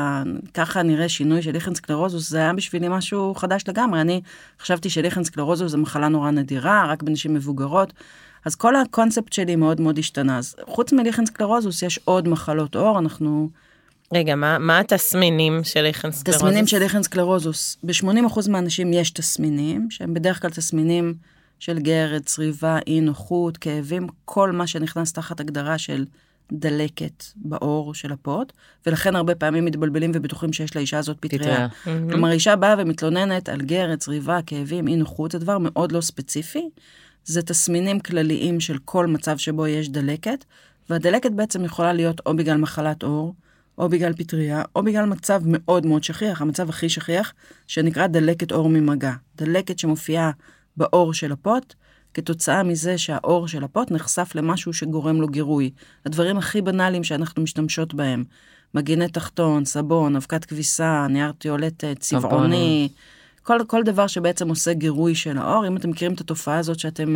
ככה נראה שינוי של ליכטנשטלרוזוס, זה היה בשבילי משהו חדש לגמרי. אני חשבתי שליכטנשטלרוזוס זה מחלה נורא נדירה, רק בנשים מבוגרות. אז כל הקונספט שלי מאוד מאוד השתנה. אז חוץ מליכטנשטלרוזוס, יש עוד מחלות עור, אנחנו... רגע, מה התסמינים של ליכטנשטלרוזוס? תסמינים של ליכטנשטלרוזוס. ב-80% מהאנשים יש תסמינים, שהם בדרך כלל תסמינים של גרד, צריבה, אי נוחות, כאבים, כל מה שנכנס תחת הגדרה של דלקת בעור של הפוט, ולכן הרבה פעמים מתבלבלים ובטוחים שיש לאישה הזאת פטריה. כלומר, האישה באה ומתלוננת על גרד, צריבה, כאבים, אי נוחות, זה דבר מאוד לא ספציפי, זה תסמינים כלליים של כל מצב שבו יש דלקת, והדלקת בעצם יכולה להיות או בגלל מחלת עור, או בגלל פטריה, או בגלל מצב מאוד מאוד שכיח, המצב הכי שכיח, שנקרא דלקת עור ממגע. דלקת שמופיעה בעור של הפוט, כתוצאה מזה שהעור של הפוט נחשף למשהו שגורם לו גירוי. הדברים הכי בנאליים שאנחנו משתמשות בהם, מגיני תחתון, סבון, אבקת כביסה, נייר טיולט צבעוני, כל דבר שבעצם עושה גירוי של העור. אם אתם מכירים את התופעה הזאת שאתם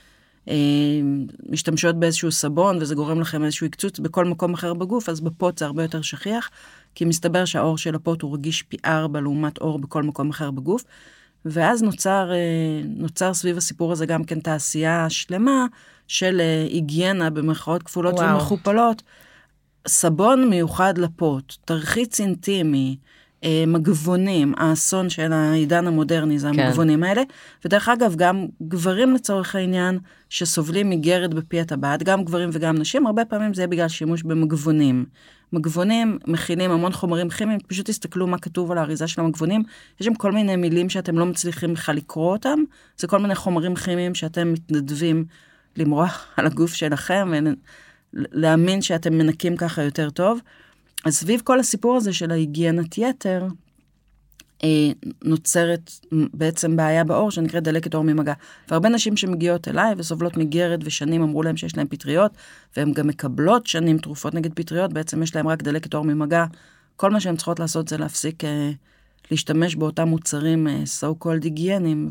משתמשות באיזשהו סבון, וזה גורם לכם איזשהו הקצוץ בכל מקום אחר בגוף, אז בפוט זה הרבה יותר שכיח, כי מסתבר שהעור של הפוט הוא רגיש פי 4 לעומת עור בכל מקום אחר בגוף, ואז נוצר סביב הסיפור הזה גם כן תעשייה שלמה של היגיינה במרכאות כפולות ומכופלות, סבון מיוחד לפוט, תרחיץ אינטימי, מגבונים, האסון של העידן המודרני, זה המגבונים האלה, ודרך אגב גם גברים לצורך העניין שסובלים מגרד בפי הטבעת, גם גברים וגם נשים, הרבה פעמים זה בגלל שימוש במגבונים. מגבונים מכילים המון חומרים כימיים, פשוט תסתכלו מה כתוב על האריזה של המגבונים, יש שם כל מיני מילים שאתם לא מצליחים בכלל לקרוא אותם, זה כל מיני חומרים כימיים שאתם מתנדבים למרוח על הגוף שלכם, ולהאמין שאתם מנקים ככה יותר טוב. אז סביב כל הסיפור הזה של ההיגיינת יתר, נוצרת בעצם בעיה בעור שנקראת דלקת עור ממגע. והרבה נשים שמגיעות אליי וסובלות מגרד ושנים אמרו להם שיש להם פטריות, והן גם מקבלות שנים תרופות נגד פטריות, בעצם יש להם רק דלקת עור ממגע. כל מה שהן צריכות לעשות זה להפסיק להשתמש באותם מוצרים so called היגייניים,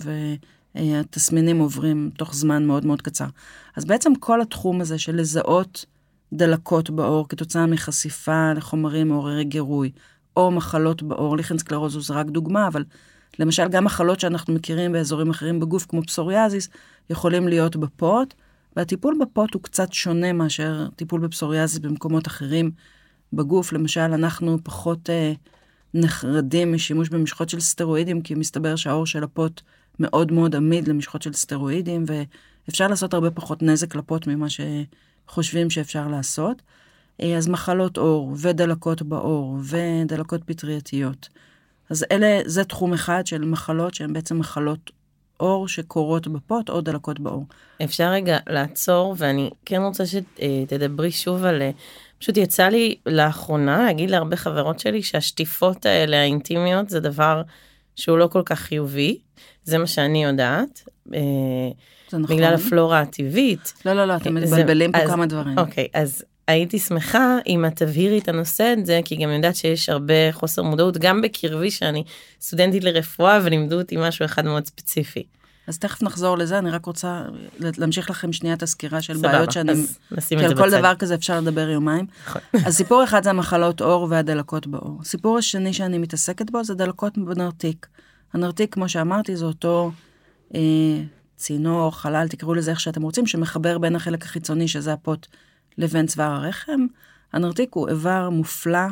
והתסמינים עוברים תוך זמן מאוד מאוד קצר. אז בעצם כל התחום הזה של לזהות דלקות בעור כתוצאה מחשיפה לחומרים מעוררי גירוי, או מחלות בעור, ליכן סקלרוזוס זה רק דוגמה, אבל למשל גם מחלות שאנחנו מכירים באזורים אחרים בגוף, כמו פסוריאזיס, יכולים להיות בפות, והטיפול בפות הוא קצת שונה מאשר טיפול בפסוריאזיס במקומות אחרים בגוף. למשל, אנחנו פחות נחרדים משימוש במשחות של סטרואידים, כי מסתבר שהעור של הפות מאוד מאוד עמיד למשחות של סטרואידים, ואפשר לעשות הרבה פחות נזק לפות ממה שחושבים שאפשר לעשות. אז מחלות עור ודלקות בעור ודלקות פטרייתיות. אז זה תחום אחד של מחלות שהן בעצם מחלות עור שקורות בפות או דלקות בעור. אפשר רגע לעצור, ואני כן רוצה שתדברי שוב על... פשוט יצא לי לאחרונה להגיד להרבה חברות שלי שהשטיפות האלה האינטימיות זה דבר שהוא לא כל כך חיובי. זה מה שאני יודעת. בגלל הפלורה הטבעית. לא, אתם מתבלבלים פה כמה דברים. אוקיי, אז הייתי שמחה אם את תבהירי את הנושא את זה, כי גם יודעת שיש הרבה חוסר מודעות, גם בקרבי שאני סטודנטית לרפואה, ולימדו אותי משהו אחד מאוד ספציפי. אז תכף נחזור לזה, אני רק רוצה להמשיך לכם שנייה את הסקירה של בעיות שאני... כי על כל דבר כזה אפשר לדבר יומיים. אז סיפור אחד זה המחלות עור והדלקות בעור. סיפור השני שאני מתעסקת בו זה דלקות בנרתיק. הנרתיק, כמו שאמרתי, זה אותו צינור, חלל, תקראו לזה איך שאתם רוצים, שמחבר בין החלק החיצוני, שזה הפות, לבין צוואר הרחם. הנרתיק הוא איבר מופלא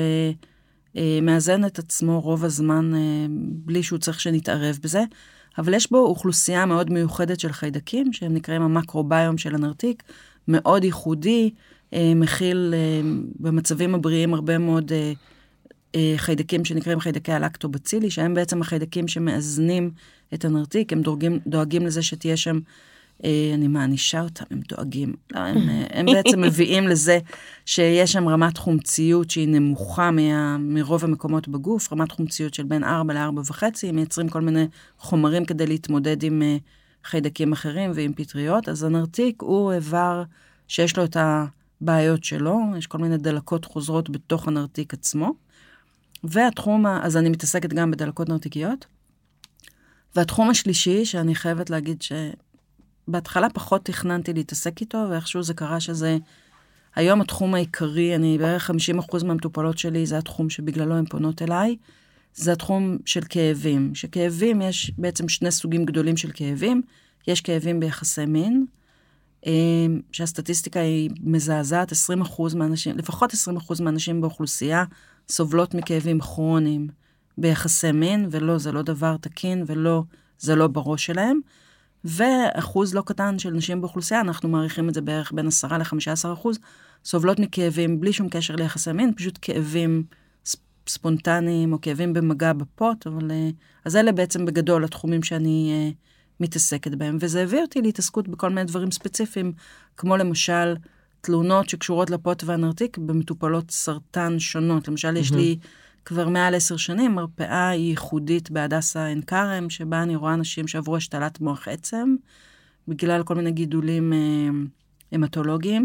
שמאזן את עצמו רוב הזמן בלי שהוא צריך שנתערב בזה, אבל יש בו אוכלוסייה מאוד מיוחדת של חיידקים, שהם נקראים המקרוביום של הנרתיק, מאוד ייחודי, מכיל במצבים הבריאים הרבה מאוד חיידקים שנקראים חיידקי הלקטובצילי, שהם בעצם החיידקים שמאזנים את הנרתיק, הם דואגים לזה שתהיה שם, אני מענישה אותם, הם דואגים. לא, הם בעצם מביאים לזה שיש שם רמת חומציות שהיא נמוכה מרוב המקומות בגוף, רמת חומציות של בין 4 ל-4.5, הם מייצרים כל מיני חומרים כדי להתמודד עם חיידקים אחרים ועם פטריות, אז הנרתיק הוא איבר שיש לו את הבעיות שלו, יש כל מיני דלקות חוזרות בתוך הנרתיק עצמו, אז אני מתעסקת גם בדלקות נרתיקיות, והתחום השלישי שאני חייבת להגיד בהתחלה פחות תכננתי להתעסק איתו, ואיכשהו זה קרה שזה, היום התחום העיקרי, בערך 50% מהמטופלות שלי, זה התחום שבגללו הן פונות אליי, זה התחום של כאבים. שכאבים, יש בעצם שני סוגים גדולים של כאבים, יש כאבים ביחסי מין, שהסטטיסטיקה היא מזעזעת, 20% מהאנשים, לפחות 20% מהאנשים באוכלוסייה, סובלות מכאבים כרוניים ביחסי מין, ולא, זה לא דבר תקין, ולא, זה לא בראש שלהם, ואחוז לא קטן של נשים באוכלוסייה, אנחנו מעריכים את זה בערך בין 10 ל-15%, סובלות מכאבים בלי שום קשר ליחסי מין, פשוט כאבים ספונטניים או כאבים במגע בפות, אז אלה בעצם בגדול התחומים שאני מתעסקת בהם, וזה הביא אותי להתעסקות בכל מיני דברים ספציפיים, כמו למשל תלונות שקשורות לפות והנרתיק במטופלות סרטן שונות. למשל יש לי כבר מעל 10 שנים מרפאה ייחודית בהדסה עין כרם, שבה אני רואה אנשים שעברו השתלת מוח עצם, בגלל כל מיני גידולים המטולוגיים,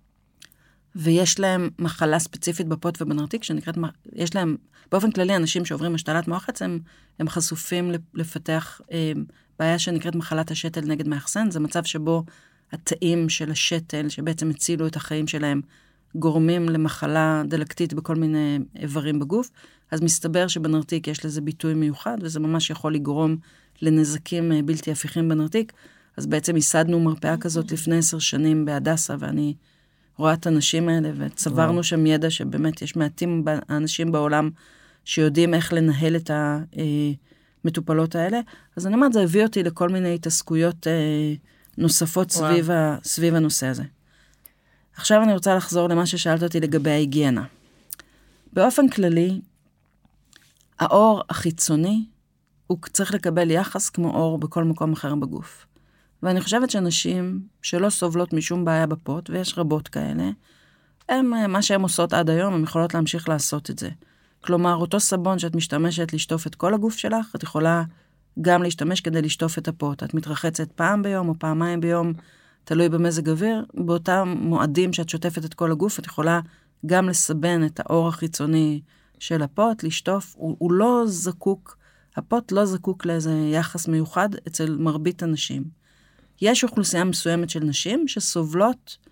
ויש להם מחלה ספציפית בפות ובנרתיק, שנקראת, יש להם, באופן כללי, אנשים שעוברים השתלת מוח עצם, הם חשופים לפתח בעיה שנקראת מחלת השתל נגד מאחסן, זה מצב שבו התאים של השתל, שבעצם הצילו את החיים שלהם, גורמים למחלה דלקתית בכל מיני איברים בגוף, אז מסתבר שבנרתיק יש לזה ביטוי מיוחד, וזה ממש יכול לגרום לנזקים בלתי הפיכים בנרתיק, אז בעצם ייסדנו מרפאה כזאת לפני 10 שנים בהדסה, ואני רואה את האנשים האלה, וצברנו שם ידע שבאמת יש מעטים האנשים בעולם שיודעים איך לנהל את המטופלות האלה, אז אני אומרת, זה הביא אותי לכל מיני התעסקויות נוספות סביב הנושא הזה. עכשיו אני רוצה לחזור למה ששאלת אותי לגבי ההיגיינה. באופן כללי, האור החיצוני הוא צריך לקבל יחס כמו אור בכל מקום אחר בגוף. ואני חושבת שאנשים שלא סובלות משום בעיה בפות, ויש רבות כאלה, מה שהן עושות עד היום, הן יכולות להמשיך לעשות את זה. כלומר, אותו סבון שאת משתמשת לשטוף את כל הגוף שלך, את יכולה גם להשתמש כדי לשטוף את הפות. את מתרחצת פעם ביום או פעמיים ביום, תלוי במזג אוויר, באותם מועדים שאת שוטפת את כל הגוף, את יכולה גם לסבן את האור החיצוני של הפות, לשטוף, הוא לא זקוק, הפות לא זקוק לאיזה יחס מיוחד אצל מרבית הנשים. יש אוכלוסייה מסוימת של נשים שסובלות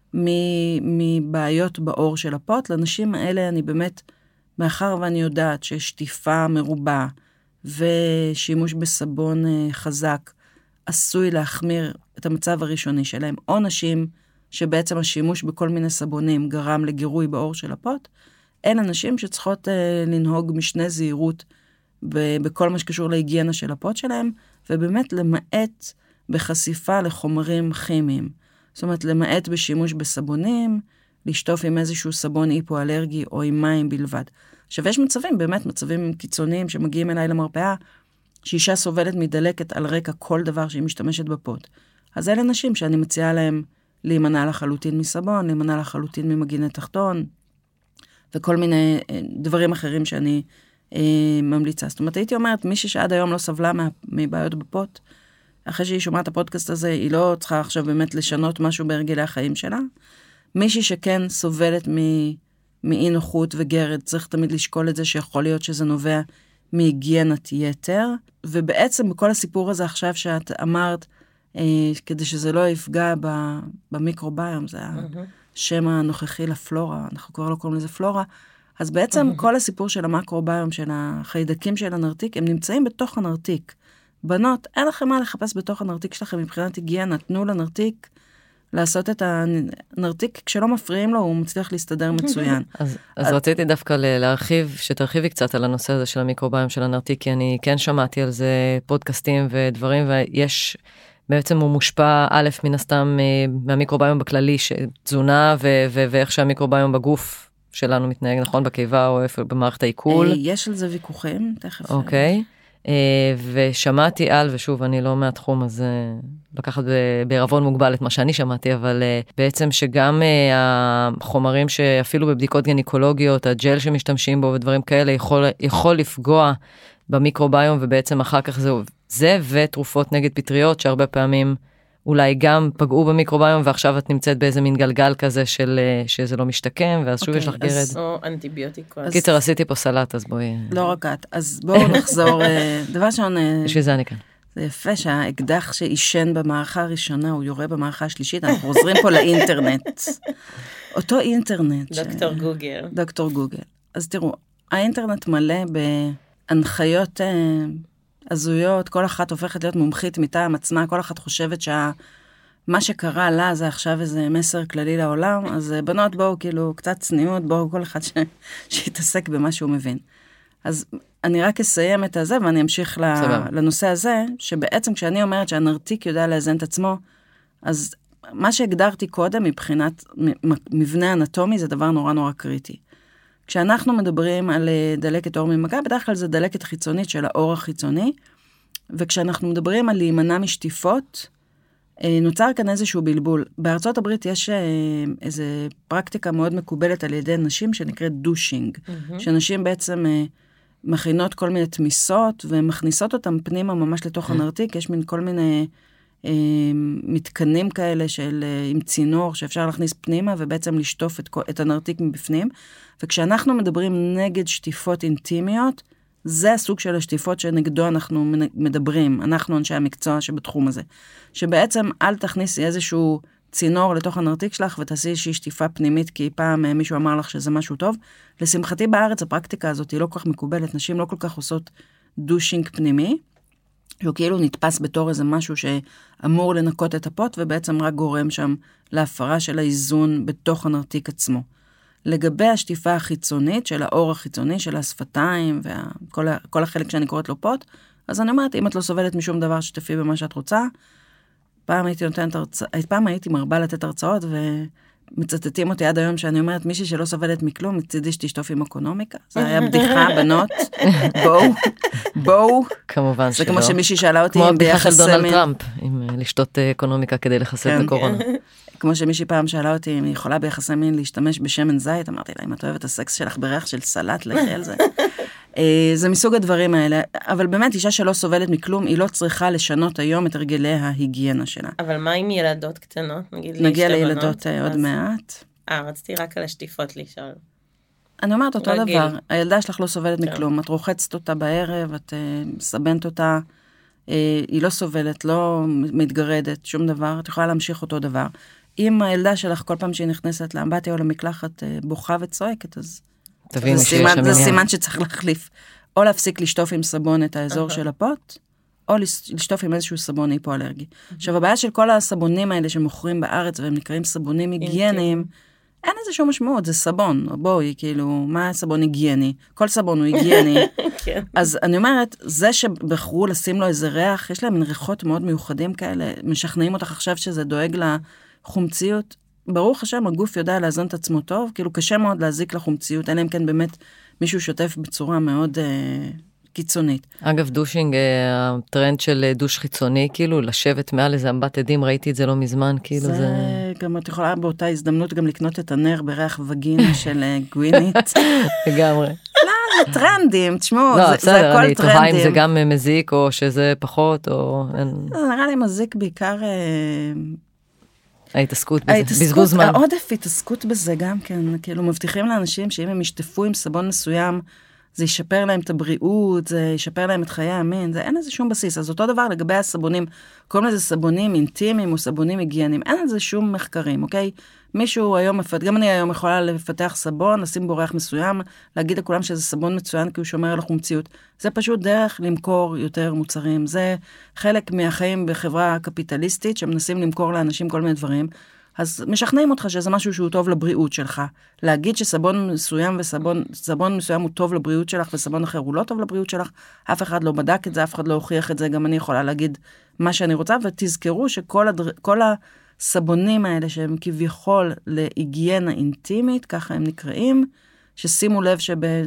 מבעיות בעור של הפוט. לנשים האלה אני באמת, מאחר ואני יודעת ששטיפה מרובה ושימוש בסבון חזק עשוי להחמיר את המצב הראשוני שלהם, או נשים שבעצם השימוש בכל מיני סבונים גרם לגירוי בעור של הפוט, אין אנשים שצריכות לנהוג משנה זהירות בכל מה שקשור להיגיינה של הפוט שלהם, ובאמת למעט בחשיפה לחומרים כימיים. זאת אומרת, למעט בשימוש בסבונים, לשטוף עם איזשהו סבון היפואלרגי או עם מים בלבד. עכשיו, יש מצבים, באמת מצבים קיצוניים שמגיעים אליי למרפאה, שאישה סובלת מדלקת על רקע כל דבר שהיא משתמשת בפוט. אז אלה נשים שאני מציעה להם להימנע לחלוטין מסבון, להימנע לחלוטין ממגיני תחתון, וכל מיני דברים אחרים שאני ממליצה. זאת אומרת, הייתי אומרת, מישהי שעד היום לא סבלה מבעיות בפוט, אחרי שהיא שומעת את הפודקאסט הזה, היא לא צריכה עכשיו באמת לשנות משהו בהרגלי החיים שלה. מישהי שכן סובלת מאי נוחות וגרד, צריך תמיד לשקול את זה שיכול להיות שזה נובע מהיגיינת יתר, ובעצם בכל הסיפור הזה עכשיו שאת אמרת, כדי שזה לא יפגע במיקרוביום, זה השם הנוכחי לפלורה, אנחנו כבר לא קוראים לזה פלורה, אז בעצם כל הסיפור של המקרוביום, של החיידקים של הנרתיק, הם נמצאים בתוך הנרתיק. בנות, אין לכם מה לחפש בתוך הנרתיק שלכם, מבחינת היגיינה, תנו לנרתיק לעשות את הנרתיק, כשלא מפריעים לו, הוא מצליח להסתדר מצוין. אז רציתי דווקא להרחיב, שתרחיבי קצת על הנושא הזה של המיקרוביום של הנרתיק, כי אני כן שמעתי על זה פודקאסטים ודברים, ויש, בעצם הוא מושפע א' מן הסתם מהמיקרוביום בכללי, תזונה ואיך שהמיקרוביום בגוף שלנו מתנהג, נכון? בקיבה או איפה, במערכת העיכול. יש על זה ויכוחים, תכף. אוקיי. ושמעתי על, ושוב, אני לא מהתחום, אז לקחת בערבון מוגבל את מה שאני שמעתי, אבל בעצם שגם החומרים שאפילו בבדיקות גניקולוגיות, הג'ל שמשתמשים בו ודברים כאלה, יכול לפגוע במיקרוביום, ובעצם אחר כך זה ותרופות נגד פטריות, שהרבה פעמים אולי גם פגעו במיקרוביום, ועכשיו את נמצאת באיזה מין גלגל כזה שזה לא משתקם, ואז שוב יש לך גרד. או אנטיביוטיקות. קיצר, עשיתי פה סלט, אז בואי... לא רק את. אז בואו נחזור. דבר שעון... בשביל זה אני כאן. זה יפה שהאקדח שאישן במערכה הראשונה, הוא יורה במערכה השלישית, אנחנו חוזרים פה לאינטרנט. אותו אינטרנט. דוקטור גוגל. דוקטור גוגל. אז תראו, האינטרנט מלא בהנחיות... הזויות, כל אחת הופכת להיות מומחית מטעם עצמה, כל אחת חושבת שמה שקרה לה זה עכשיו איזה מסר כללי לעולם, אז בנות בואו כאילו קצת צניעות, בואו כל אחד שיתעסק במה שהוא מבין. אז אני רק אסיים את הזה ואני אמשיך לנושא הזה, שבעצם כשאני אומרת שהנרתיק יודע לאזן את עצמו, אז מה שהגדרתי קודם מבחינת מבנה אנטומי זה דבר נורא נורא קריטי. כשאנחנו מדברים על דלקת עור ממגע, בדרך כלל זה דלקת חיצונית של העור החיצוני, וכשאנחנו מדברים על להימנע משטיפות, נוצר כאן איזשהו בלבול. בארצות הברית יש איזו פרקטיקה מאוד מקובלת על ידי נשים שנקראת דושינג, שנשים בעצם מכינות כל מיני תמיסות, ומכניסות אותם פנימה ממש לתוך הנרתיק, יש מין כל מיני מתקנים כאלה עם צינור שאפשר להכניס פנימה, ובעצם לשטוף את הנרתיק מבפנים. וכשאנחנו מדברים נגד שטיפות אינטימיות, זה הסוג של השטיפות שנגדו אנחנו מדברים, אנחנו אנשי המקצוע שבתחום הזה. שבעצם אל תכניסי איזשהו צינור לתוך הנרתיק שלך, ותעשי איזושהי שטיפה פנימית, כי פעם מישהו אמר לך שזה משהו טוב. לשמחתי בארץ הפרקטיקה הזאת היא לא כל כך מקובלת, נשים לא כל כך עושות דושינג פנימי, שהוא כאילו נתפס בתור איזה משהו שאמור לנקות את הפוט, ובעצם רק גורם שם להפרה של האיזון בתוך הנרתיק עצמו. לגבי השטיפה החיצונית, של האור החיצוני, של השפתיים, וכל החלק שאני קוראת לו פוט, אז אני אומרת, אם את לא סובלת משום דבר, שתפי במה שאת רוצה. פעם הייתי מרבה לתת הרצאות, ומצטטים אותי עד היום שאני אומרת, מישהי שלא סובלת מכלום, מצידי שתשטוף עם אקונומיקה. זה היה בדיחה, בנות. בואו. כמובן שלא. זה כמו שמישהי שאלה אותי, כמו הבדיחה של דונלד טראמפ, עם לשתות אקונומיקה כדי לחסל את הקורונה. כמו שמישהי פעם שאלה אותי, אם היא יכולה ביחסי מין להשתמש בשמן זית, אמרתי לה, אם את אוהבת הסקס שלך בריח של סלט, לכי על זה. זה מסוג הדברים האלה, אבל באמת אישה שלא סובלת מכלום, היא לא צריכה לשנות היום את הרגלי ההיגיינה שלה. אבל מה עם ילדות קטנות? נגיע לילדות עוד מעט. רציתי רק על השטיפות לשאול. אני אומרת אותו דבר, הילדה שלך לא סובלת מכלום, את רוחצת אותה בערב, את מסבנת אותה, היא לא סובלת, לא מתגרדת, שום דבר, את יכולה להמשיך אותו דבר. אם הילדה שלך כל פעם שהיא נכנסת לאמבטיה או למקלחת בוכה וצועקת, אז זה סימן שצריך להחליף. או להפסיק לשטוף עם סבון את האזור של הפוט, או לשטוף עם איזשהו סבון היפואלרגי. עכשיו, הבעיה של כל הסבונים האלה שמוכרים בארץ, והם נקראים סבונים היגייניים, אין איזשהו משמעות, זה סבון. בואי, כאילו, מה סבון היגייני? כל סבון הוא היגייני. אז אני אומרת, זה שבחרו לשים לו איזה ריח, יש להם מין ריחות מאוד מיוחדים כאלה, משכנעים אותך עכשיו שזה דואג לחומציות. ברוך השם, הגוף יודע לאזן את עצמו טוב, כאילו קשה מאוד להזיק לחומציות, אלא אם כן באמת מישהו שוטף בצורה מאוד קיצונית. אגב, דושינג, הטרנד של דוש חיצוני, כאילו, לשבת מעל איזה אמבט עדים, ראיתי את זה לא מזמן, כאילו זה... גם את יכולה באותה הזדמנות גם לקנות את הנר בריח וגינה של גווינית. לגמרי. לא, זה טרנדים, תשמעו, זה הכל טרנדים. לא, בסדר, אני תוהה אם זה גם מזיק, או שזה פחות, או... נראה לי מזיק בעיקר... ההתעסקות בזה, בזבוז זמן. העודף התעסקות בזה גם כן, כאילו מבטיחים לאנשים שאם הם ישטפו עם סבון מסוים, זה ישפר להם את הבריאות, זה ישפר להם את חיי המין, זה אין לזה שום בסיס. אז אותו דבר לגבי הסבונים, קוראים לזה סבונים אינטימיים או סבונים היגייניים, אין לזה שום מחקרים, אוקיי? מישהו היום, גם אני היום יכולה לפתח סבון, לשים בו ריח מסוים, להגיד לכולם שזה סבון מצוין כי הוא שומר על החומציות. זה פשוט דרך למכור יותר מוצרים. זה חלק מהחיים בחברה קפיטליסטית, שמנסים למכור לאנשים כל מיני דברים. אז משכנעים אותך שזה משהו שהוא טוב לבריאות שלך. להגיד שסבון מסוים סבון מסוים הוא טוב לבריאות שלך, וסבון אחר הוא לא טוב לבריאות שלך, אף אחד לא בדק את זה, אף אחד לא הוכיח את זה, גם אני יכולה להגיד מה שאני רוצה, ותזכרו שכל הסבונים האלה שהם כביכול להיגיינה אינטימית, ככה הם נקראים, ששימו לב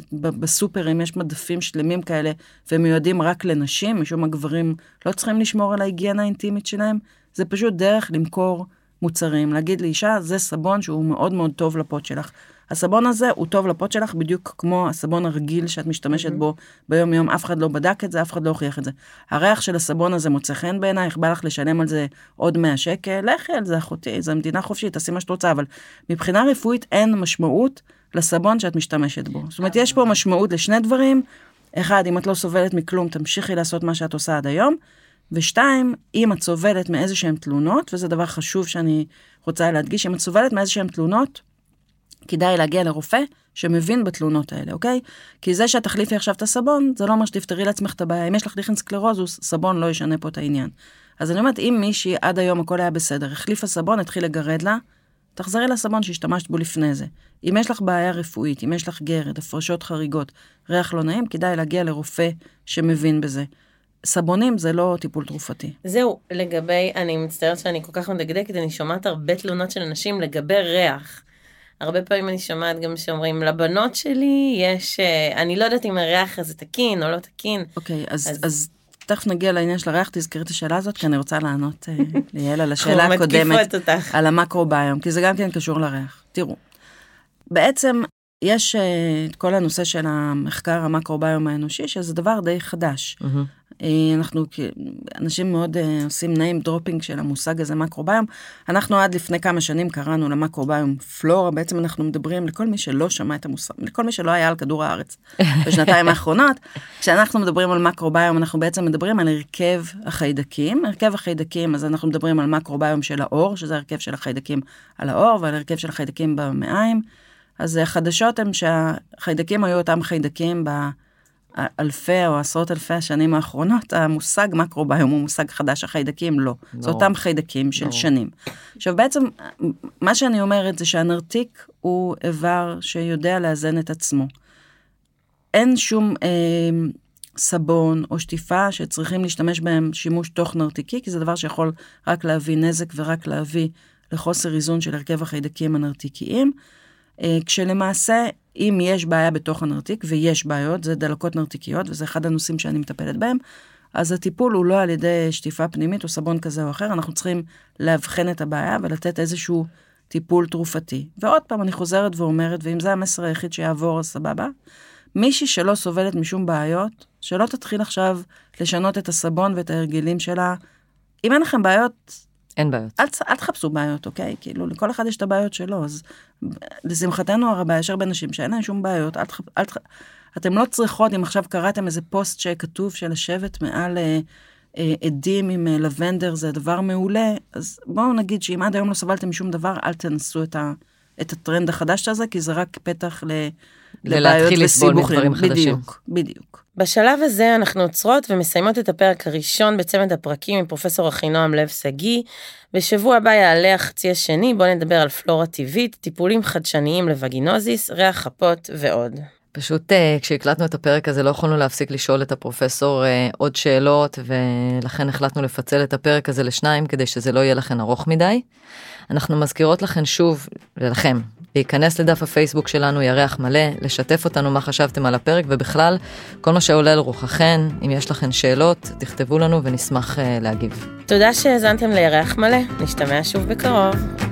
שבסופרים יש מדפים שלמים כאלה, והם מיועדים רק לנשים, משום הגברים לא צריכים לשמור על ההיגיינה האינטימית שלהם, זה פשוט דרך למכור מוצרים, להגיד לאישה, זה סבון שהוא מאוד מאוד טוב לפות שלך. הסבון הזה הוא טוב לפות שלך, בדיוק כמו הסבון הרגיל שאת משתמשת בו ביום יום, אף אחד לא בדק את זה, אף אחד לא הוכיח את זה. הריח של הסבון הזה מוצא חן בעינייך, בא לך לשלם על זה עוד 100 שקל, לכי על זה אחותי, זו מדינה חופשית, תעשי מה שאת רוצה, אבל מבחינה רפואית אין משמעות לסבון שאת משתמשת בו. זאת אומרת, יש פה משמעות לשני דברים, אחד, אם את לא סובלת מכלום, תמשיכי לעשות מה שאת עושה עד היום, ושתיים, אם את סובלת מאיזשהם תלונות, וזה דבר חשוב שאני רוצה להדגיש, אם את סובלת מאיזשהם תלונות, כדאי להגיע לרופא שמבין בתלונות האלה, אוקיי? כי זה שאת תחליפי עכשיו את הסבון, זה לא אומר שתפתרי לעצמך את הבעיה. אם יש לך ליכן סקלרוזוס, סבון לא ישנה פה את העניין. אז אני אומרת, אם מישהי עד היום הכל היה בסדר, החליפה סבון, התחיל לגרד לה, תחזרי לסבון שהשתמשת בו לפני זה. אם יש לך בעיה רפואית, אם יש לך גרד, הפרשות חריגות, ריח לא נעים, כדאי להגיע לרופא שמבין בזה. סבונים זה לא טיפול תרופתי. זהו, לגבי, אני מצטערת שאני כל כך מדקדקת, אני שומעת הרבה תלונות של אנשים לגבי ריח. הרבה פעמים אני שומעת גם שאומרים, לבנות שלי יש, אני לא יודעת אם הריח הזה תקין או לא תקין. אוקיי, אז תכף נגיע לעניין של הריח, תזכרי את השאלה הזאת, כי אני רוצה לענות ליאל על השאלה הקודמת, על המקרוביום, כי זה גם כן קשור לריח. תראו, בעצם יש את כל הנושא של המחקר המקרוביום האנושי, שזה דבר די חדש. אנחנו, אנשים מאוד עושים name dropping של המושג הזה מקרוביום. אנחנו עד לפני כמה שנים קראנו למקרוביום פלורה, בעצם אנחנו מדברים לכל מי שלא שמע את המושג, לכל מי שלא היה על כדור הארץ בשנתיים האחרונות. כשאנחנו מדברים על מקרוביום, אנחנו בעצם מדברים על הרכב החיידקים. הרכב החיידקים, אז אנחנו מדברים על מקרוביום של האור, שזה הרכב של החיידקים על האור, ועל הרכב של החיידקים במעיים. אז החדשות הן שהחיידקים היו אותם חיידקים אלפי או עשרות אלפי השנים האחרונות, המושג מקרוביום הוא מושג חדש, החיידקים לא. זה אותם חיידקים של שנים. עכשיו בעצם, מה שאני אומרת זה שהנרתיק הוא איבר שיודע לאזן את עצמו. אין שום סבון או שטיפה שצריכים להשתמש בהם שימוש תוך נרתיקי, כי זה דבר שיכול רק להביא נזק ורק להביא לחוסר איזון של הרכב החיידקים הנרתיקיים. כשלמעשה, אם יש בעיה בתוך הנרתיק, ויש בעיות, זה דלקות נרתיקיות, וזה אחד הנושאים שאני מטפלת בהם, אז הטיפול הוא לא על ידי שטיפה פנימית או סבון כזה או אחר, אנחנו צריכים להבחן את הבעיה ולתת איזשהו טיפול תרופתי. ועוד פעם אני חוזרת ואומרת, ואם זה המסר היחיד שיעבור, אז סבבה, מישהי שלא סובלת משום בעיות, שלא תתחיל עכשיו לשנות את הסבון ואת ההרגלים שלה. אם אין לכם בעיות, אין בעיות. אל תחפשו בעיות, אוקיי? כאילו, לכל אחד יש את הבעיות שלו, אז לשמחתנו הרבה, יש הרבה נשים שאין להם שום בעיות, אתם לא צריכות, אם עכשיו קראתם איזה פוסט שכתוב של לשבת מעל עדים עם לבנדר זה דבר מעולה, אז בואו נגיד שאם עד היום לא סבלתם משום דבר, אל תנסו את הטרנד החדש הזה, כי זה רק פתח לבעיות וסיבוכים. בדיוק. בשלב הזה אנחנו עוצרות ומסיימות את הפרק הראשון בצמד הפרקים עם פרופסור אחינועם לב שגיא. בשבוע הבא יעלה החצי השני, בואו נדבר על פלורה טבעית, טיפולים חדשניים לווגינוזיס, ריח חפות ועוד. פשוט כשהקלטנו את הפרק הזה לא יכולנו להפסיק לשאול את הפרופסור עוד שאלות, ולכן החלטנו לפצל את הפרק הזה לשניים, כדי שזה לא יהיה לכם ארוך מדי. אנחנו מזכירות לכם שוב, ולכם, להיכנס לדף הפייסבוק שלנו, ירח מלא, לשתף אותנו מה חשבתם על הפרק, ובכלל, כל מה שעולה על רוחכן, אם יש לכם שאלות, תכתבו לנו ונשמח להגיב. תודה שהאזנתם לירח מלא, נשתמע שוב בקרוב.